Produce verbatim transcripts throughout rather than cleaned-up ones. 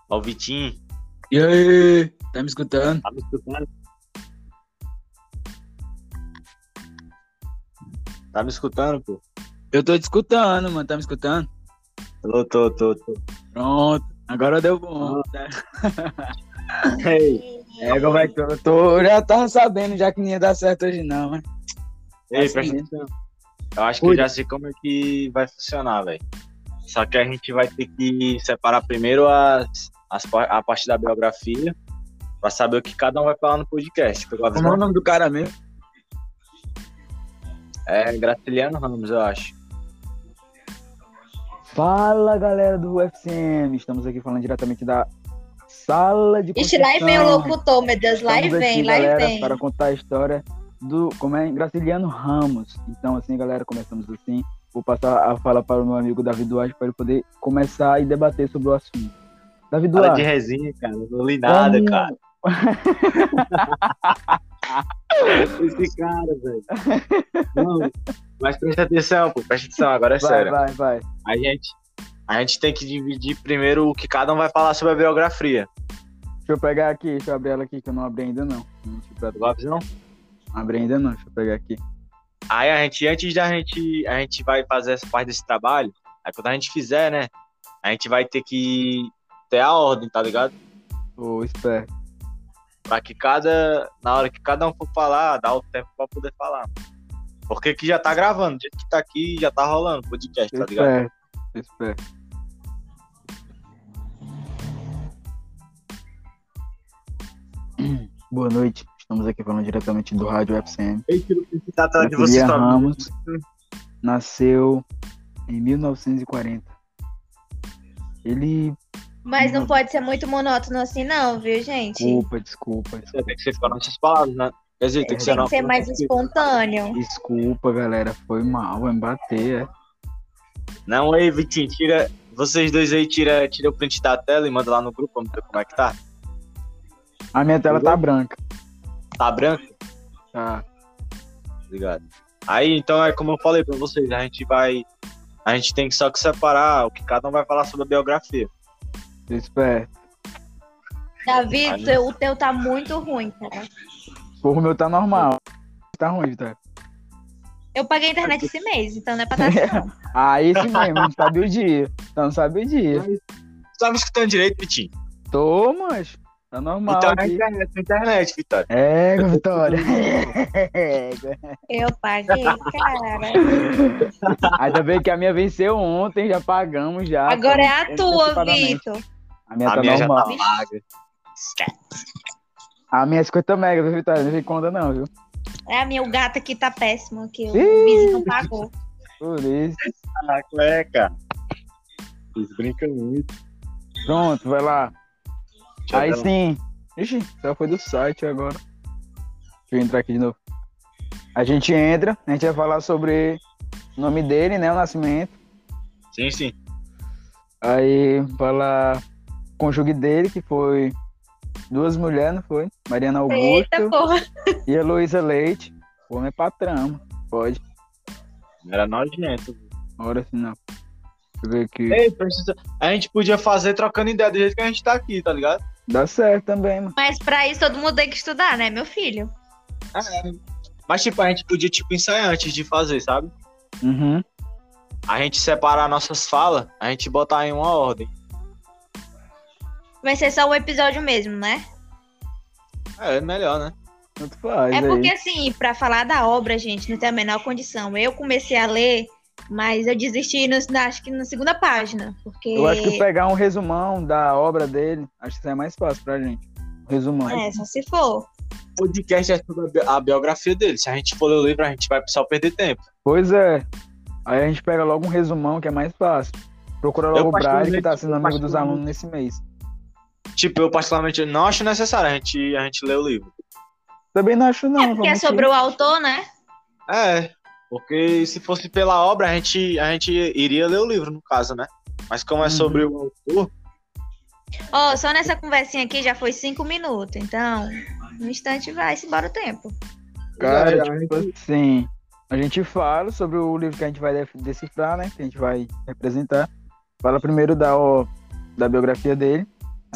Ó, o Vitinho. E aí, tá me escutando? Tá me escutando? Tá me escutando, pô? Eu tô te escutando, mano, tá me escutando? Tô, tô, tô, tô. Pronto, agora deu bom. Ah. Tá? Ei, É, como é que eu tô? Eu já tava sabendo já que não ia dar certo hoje não, né? ei, Assim presta mesmo. atenção. Eu acho que eu já sei como é que vai funcionar, velho. Só que a gente vai ter que separar primeiro as, as, par- a parte da biografia pra saber o que cada um vai falar no podcast. Pegou a Como é o visão? nome do cara mesmo? É Graciliano Ramos, eu acho. Fala, galera do U F C M. Estamos aqui falando diretamente da sala de Ixi, lá construção. vem o locutor, meu Deus, lá Estamos vem, aqui, lá galera, vem. para contar a história do, como é, Graciliano Ramos. Então, assim, galera, começamos assim. Vou passar a fala para o meu amigo Davi Duarte para ele poder começar e debater sobre o assunto. Davi Fala de Duarte, resenha, cara. Não li nada, como... cara. Esse cara, velho. Não, mas presta atenção, pô. Presta atenção, agora é Vai, sério. vai, vai. A gente, a gente tem que dividir primeiro o que cada um vai falar sobre a biografia. Deixa eu pegar aqui, deixa eu abrir ela aqui, que eu não abri ainda não. Não Pegou a visão? abri ainda não, deixa eu pegar aqui. Aí a gente, antes da gente, a gente vai fazer essa parte desse trabalho. Aí quando a gente fizer, né? A gente vai ter que ter a ordem, tá ligado? Ô, esperto. Pra que cada, na hora que cada um for falar, dá o tempo pra poder falar. Porque que já tá gravando, do jeito que tá aqui, já tá rolando o podcast, tá ligado? Esperto, esperto. Boa noite, estamos aqui falando diretamente do Rádio F C M. Eu tiro o print da tela de vocês Graciliano pra Ramos nasceu em mil novecentos e quarenta. Ele... Mas não pode ser muito monótono assim, não, viu, gente? Desculpa, desculpa, Você tem que ser ficar nossas palavras, né? Quer dizer, tem que ser Tem que não. ser mais espontâneo. desculpa, galera, foi mal, vai me bater, é. Não, aí, Vitinho, tira. Vocês dois aí, tira, tira o print da tela e manda lá no grupo, vamos ver como é que tá. A minha tela tá branca. Tá branco? Tá. Obrigado. Aí, então, é como eu falei pra vocês, a gente vai. A gente tem que só que separar o que cada um vai falar sobre a biografia. Esperto. Davi, Aí. teu- o teu tá muito ruim, cara. Porra, o meu tá normal. Tá ruim, Vitória. Eu paguei a internet esse mês, então não é pra estar assim, não. Ah, esse mesmo, não sabe o dia. Então não sabe o dia. Você tá me escutando direito, Vitinho? Tô, mas tá normal Então é a aqui. internet, a internet, Vitória. É, Vitória. Eu paguei, cara. Ainda bem que a minha venceu ontem, já pagamos já. Agora é a tua, antecipadamente. Vitor. A minha A tá minha já normal. tá paga. Esquece. A minha é cinquenta mega, viu, Vitória? Não vem conta não, viu? É, a minha, o gato aqui tá péssimo, que o Ih. vizinho não pagou. Por isso. Ah, qual é, cara? Vocês brincam muito. Pronto, vai lá. Deixa eu Aí dar um- sim. Ixi, só foi do site agora. Deixa eu entrar aqui de novo. A gente entra, a gente vai falar sobre o nome dele, né? O nascimento. Sim, sim. Aí falar o cônjuge dele, que foi duas mulheres, não foi? Mariana Eita, Augusto porra. e a Heloísa Leite. O homem é patrão, pode. Era nojento. Ora assim não. Deixa eu ver aqui. Ei, precisa... A gente podia fazer trocando ideia do jeito que a gente tá aqui, tá ligado? Dá certo também, mano. Mas pra isso todo mundo tem que estudar, né, meu filho? É. Mas, tipo, a gente podia, tipo, ensaiar antes de fazer, sabe? Uhum. A gente separar nossas falas, a gente botar em uma ordem. Vai ser só o episódio mesmo, né? É, melhor, né? Tanto faz É aí. porque, assim, pra falar da obra, gente, não tem a menor condição. Eu comecei a ler, mas eu desisti, no, na- acho que na segunda página. Porque. Eu acho que pegar um resumão da obra dele, acho que isso é mais fácil pra gente. Um resumão. É, só se for. O podcast é sobre a bi- a biografia dele. Se a gente for ler o livro, a gente vai só perder tempo. Pois é. Aí a gente pega logo um resumão que é mais fácil. Procura logo Eu o Brad, que particularmente- tá sendo eu amigo dos particularmente- alunos nesse mês. Tipo, eu particularmente não acho necessário a gente, a gente ler o livro. Também não acho não. É porque é vamos sobre o autor, né? É, porque se fosse pela obra, a gente, a gente iria ler o livro, no caso, né? Mas como é Uhum. sobre o autor, Ó, só nessa conversinha aqui já foi cinco minutos. Então, no instante vai-se embora o tempo. Cara, Já, tipo já, assim, a gente fala sobre o livro que a gente vai def- decifrar, né? Que a gente vai representar. Fala primeiro da, ó, da biografia dele.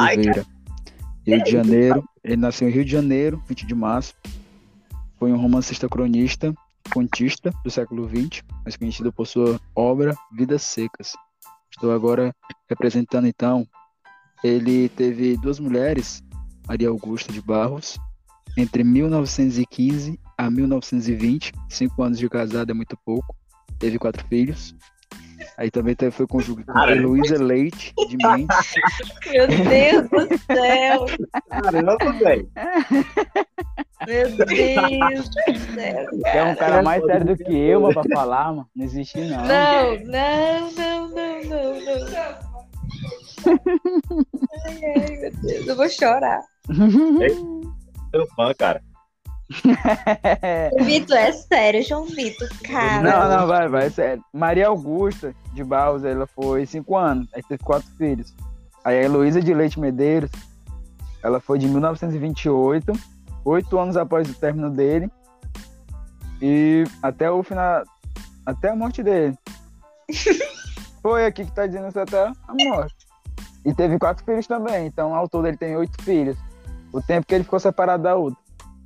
Oliveira. Rio de Janeiro. Ele nasceu em Rio de Janeiro, vinte de março. Foi um romancista cronista, contista do século vinte, mais conhecido por sua obra Vidas Secas. Estou agora representando, então, ele teve duas mulheres, Maria Augusta de Barros, entre mil novecentos e quinze a mil novecentos e vinte, cinco anos de casado é muito pouco, teve quatro filhos. Aí também teve, foi conjugado com a Luísa Leite de Mendes. Meu Deus do céu! Caramba, velho. Meu Deus do céu! É um cara mais sério do que eu, mano, pra falar, mano. Não existe, não. Não, não, não, não, não, não. Ai, ai, meu Deus, eu vou chorar. Seu fã, cara. João Vitor, é sério, João Vitor, cara. Não, não, vai, vai, é sério. Maria Augusta de Barros, ela foi cinco anos, aí teve quatro filhos. Aí a Heloísa de Leite Medeiros, ela foi de mil novecentos e vinte e oito, oito anos após o término dele, e até o final, até a morte dele. Foi aqui que tá dizendo isso até a morte. E teve quatro filhos também, então ao todo ele tem oito filhos. O tempo que ele ficou separado da outra.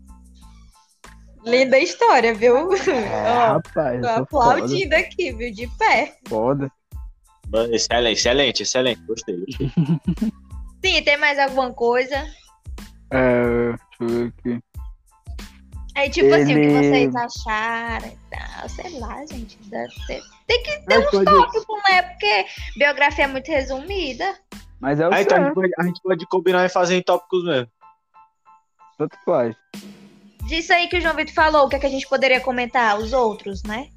Linda história, viu? É, Ó, rapaz, tô eu tô aplaudindo aqui, viu? De pé. Foda. Excelente, excelente, excelente. Gostei. Sim, tem mais alguma coisa? É, deixa eu ver aqui. Aí, tipo assim, o que Ele- vocês acharam e tal, sei lá, gente. deve ter- Tem que ter Mas uns pode- tópicos, né? Porque biografia é muito resumida. Mas é o Aí, então, a gente, certo, pode, a gente pode combinar e fazer em tópicos mesmo. tanto faz. Disso aí que o João Vitor falou, o que, é que a gente poderia comentar? Os outros, né?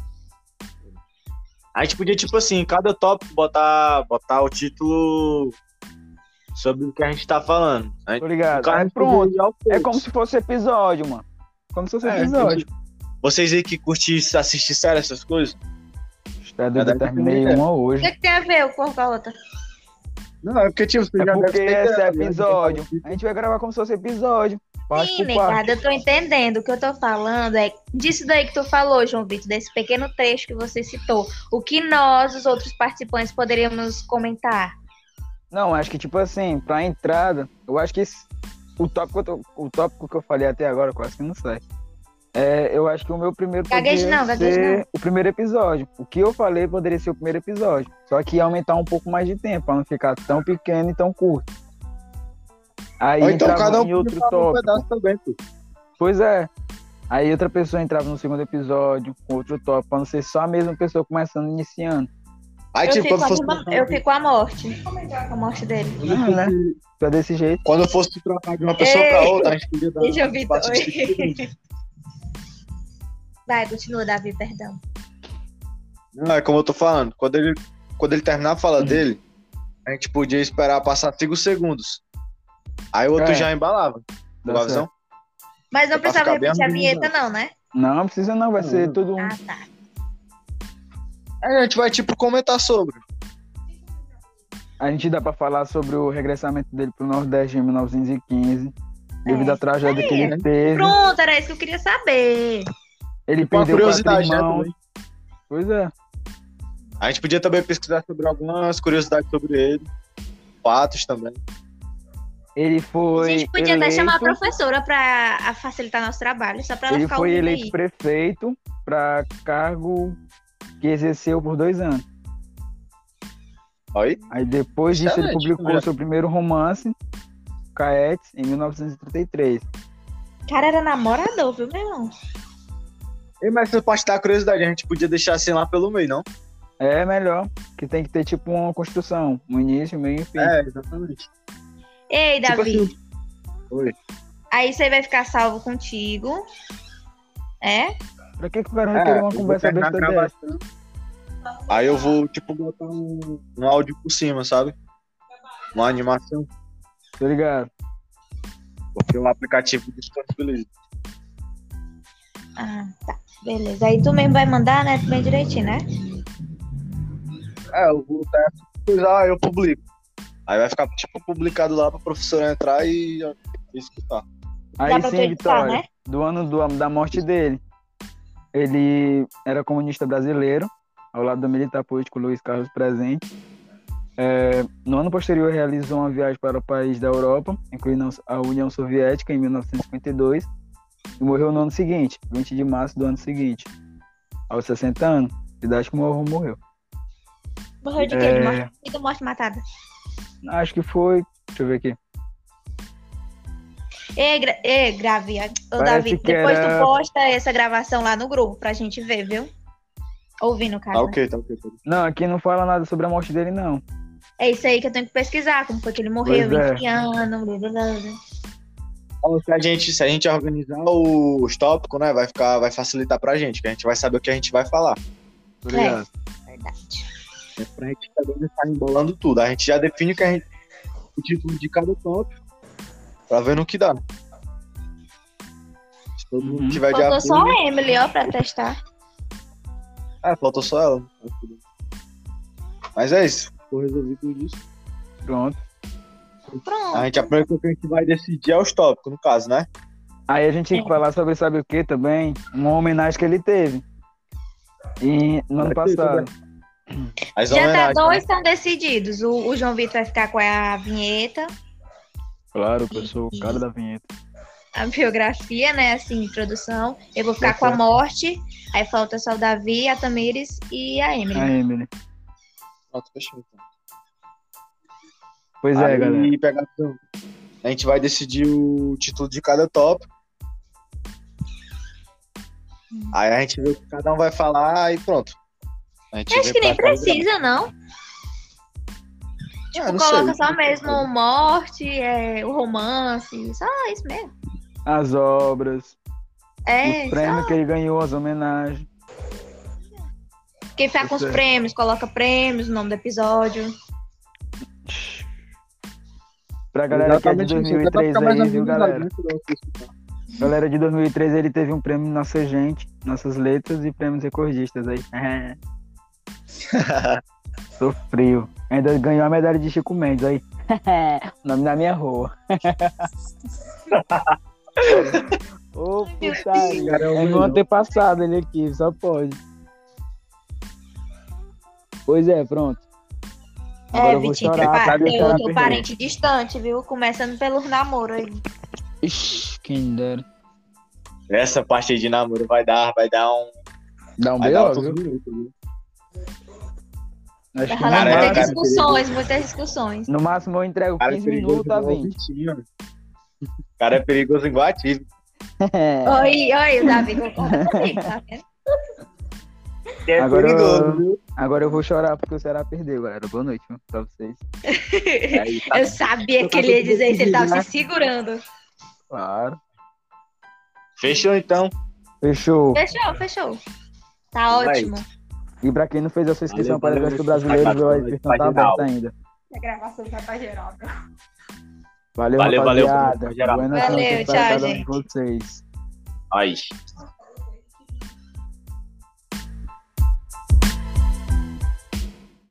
A gente podia, tipo assim, em cada tópico botar, botar o título sobre o que a gente tá falando. A gente, Tô ligado. o cara Aí pronto. poderia ir aos É poucos. como se fosse episódio, mano. Como se fosse É, episódio. Vocês aí que curtem assistir série, essas coisas? Tá doido, eu É, terminei é. uma O hoje. que, que tem a ver o corpo com a outra? Não, é porque, tipo, você É já porque deve ter esse é ideia, né? episódio. A gente vai gravar como se fosse episódio. Parte Sim, por parte. negada, eu tô entendendo. O que eu tô falando é disso daí que tu falou, João Vitor, desse pequeno trecho que você citou. O que nós, os outros participantes, poderíamos comentar? Não, acho que tipo assim, pra entrada, eu acho que esse- o, tópico, que eu tô- o tópico que eu falei até agora, quase que não sai. É, eu acho que o meu primeiro Gagueje poderia não, gagueje ser não. o primeiro episódio. O que eu falei poderia ser o primeiro episódio. Só que ia aumentar um pouco mais de tempo, pra não ficar tão pequeno e tão curto. Aí Ou então entrava cada um em outro podia falar um tópico. pedaço também, pô. Pois é. Aí outra pessoa entrava no segundo episódio, com outro tópico, pra não ser só a mesma pessoa começando, iniciando. Aí, Eu tipo, fico, quando fosse, a, eu fico a morte. A morte dele. Não, né? Só desse jeito. quando fosse trocar de uma pessoa Ei! pra outra, a gente podia dar Deixa eu ver. espaço de Oi. cinco segundos. Vai, continua, Davi, perdão. Não, é como eu tô falando. Quando ele, quando ele terminar a fala Hum. dele, a gente podia esperar passar cinco segundos. Aí o outro É. já embalava. Dá Pegou a visão? Mas não É pra precisava ficar bem repetir a harmonizado. vinheta, não, né? Não, não precisa não, vai ser Não. tudo um. Ah, tá. Aí a gente vai, tipo, comentar sobre. A gente dá pra falar sobre o regressamento dele pro Nordeste em mil novecentos e quinze, devido É. à tragédia que ele Aí. teve. Pronto, era isso que eu queria saber. Ele Tipo, uma perdeu curiosidade, quatro né, irmãos. também. Pois é. A gente podia também pesquisar sobre algumas curiosidades sobre ele. Fatos também. Ele foi a gente podia eleito, até chamar a professora pra a facilitar nosso trabalho, só pra ela ele ficar foi ouvindo eleito aí. prefeito para cargo que exerceu por dois anos. Aí, Aí depois disso ele Excelente, publicou né? seu primeiro romance, Caetes, em mil novecentos e trinta e três. O cara era namorador, viu, meu irmão? E, mas essa parte da curiosidade, a gente podia deixar assim lá pelo meio, não? É melhor, que tem que ter tipo uma construção, um início, meio e fim. É, exatamente. Ei, Tipo Davi, assim. Oi. aí você vai ficar salvo contigo. É? Pra que, que o cara vai querer É, uma eu vou conversa terminar a besta dessa? gravação. Aí eu vou, tipo, botar um, um áudio por cima, sabe? Uma animação, Tô ligado. porque o aplicativo disponibiliza. Ah, tá. Beleza. Aí tu mesmo vai mandar, né? Bem direitinho, né? É, eu vou até coisar, eu publico. Aí vai ficar, tipo, publicado lá pra professora entrar e, e escutar. Aí Dá pra tu sim, editar, Vitória, né? do ano do, da morte dele. Ele era comunista brasileiro, ao lado do militar político Luiz Carlos Presente. É, no ano posterior, realizou uma viagem para o país da Europa, incluindo a União Soviética, em mil novecentos e cinquenta e dois, e morreu no ano seguinte, vinte de março do ano seguinte, aos sessenta anos, idade que o morreu. Morreu de quê? É. De morte, de morte matada. Acho que foi, deixa eu ver aqui. Ei, gra... Ei grave. Ô, Parece Davi, que depois era- tu posta essa gravação lá no grupo pra gente ver, viu? Ouvir, no caso. Tá né? ok, tá ok. Tá ok. Não, aqui não fala nada sobre a morte dele, não. É isso aí que eu tenho que pesquisar, como foi que ele morreu, Pois é. em que ano, blá, blá, blá. Então, se a gente, se a gente organizar o- os tópicos, né, vai ficar, vai facilitar pra gente, que a gente vai saber o que a gente vai falar. Tô ligado. Verdade. É pra gente também não estar embolando tudo. A gente já define o que a gente, o título de cada tópico, pra ver no que dá. Todo mundo Uhum. tiver de Faltou só acordo. a Emily, ó, pra testar. É, faltou só ela. Mas é isso. Vou resolver tudo isso. Pronto. Pronto. A gente, a primeira coisa que a gente vai decidir é os tópicos, no caso, né? Aí a gente tem que falar sobre, sabe o que também? Uma homenagem que ele teve. E no ano Vai ter passado. As Já tá homenagens, dois né? estão decididos. O, o João Vitor vai ficar com a vinheta, Claro, que eu sou o cara da vinheta. a biografia, né? Assim, introdução. Eu vou ficar Tá com a certo. morte. Aí falta só o Davi, a Tamires e a Emily. A Emily. Pronto, fechou, então. Pois é, Aí, galera. pegar, então, a gente vai decidir o título de cada tópico. Aí a gente vê o que cada um vai falar e pronto. A gente Eu acho vê que nem pra cá e precisa, não. grava. Tipo, Ah, não coloca sei. só mesmo morte, é, o romance, só isso mesmo. As obras, É, os prêmios só que ele ganhou, as homenagens. quem ficar com os Certo. prêmios, coloca prêmios, o nome do episódio. Pra galera que é de Exatamente isso, dois mil e até pra três ficar mais aí, viu, amenizado, galera? né, pra você escutar. Galera de dois mil e três, ele teve um prêmio Nossa Gente, Nossas Letras e prêmios recordistas aí. Sofreu. Ainda ganhou a medalha de Chico Mendes aí. O nome da minha rua. Ô, putaria. Cara, é o É meu melhor. antepassado ele aqui, só pode. Pois é, pronto. Agora É, eu vou Vitinho, chorar, pa- sabe? Eu teu, chorar teu perdeu. parente distante, viu? Começando pelo namoro aí. Ixi, quem dera. Essa parte aí de namoro vai dar, vai dar um. Dá um Vai dar B O, outros viu? minutos, viu? Acho Vai que rolar no Cara, é, muitas cara, máximo, discussões, muitas discussões. no máximo eu entrego Cara, é quinze perigoso minutos a igual o vinte. Vitinho. O cara é perigoso igual ativo. Oi, oi, o Davi concorda comigo, tá vendo? É Agora perigoso, eu- viu? Agora eu vou chorar porque o Ceará perdeu, galera. Boa noite, viu, pra vocês. Aí, tá- Eu sabia que ele ia dizer isso, ele tava se segurando. Claro. Fechou então. Fechou. Fechou, fechou. Tá Vai. ótimo. E pra quem não fez a sua inscrição Valeu, para o valeu, Exército valeu. Brasileiro, viu? A Vai, inscrição tá vai geral. aberta ainda. A gravação tá pra geral. Valeu, Valeu, valeu, rapaziada. vai geral. Boa noite Valeu, para tchau, cada um de gente. vocês. Aí.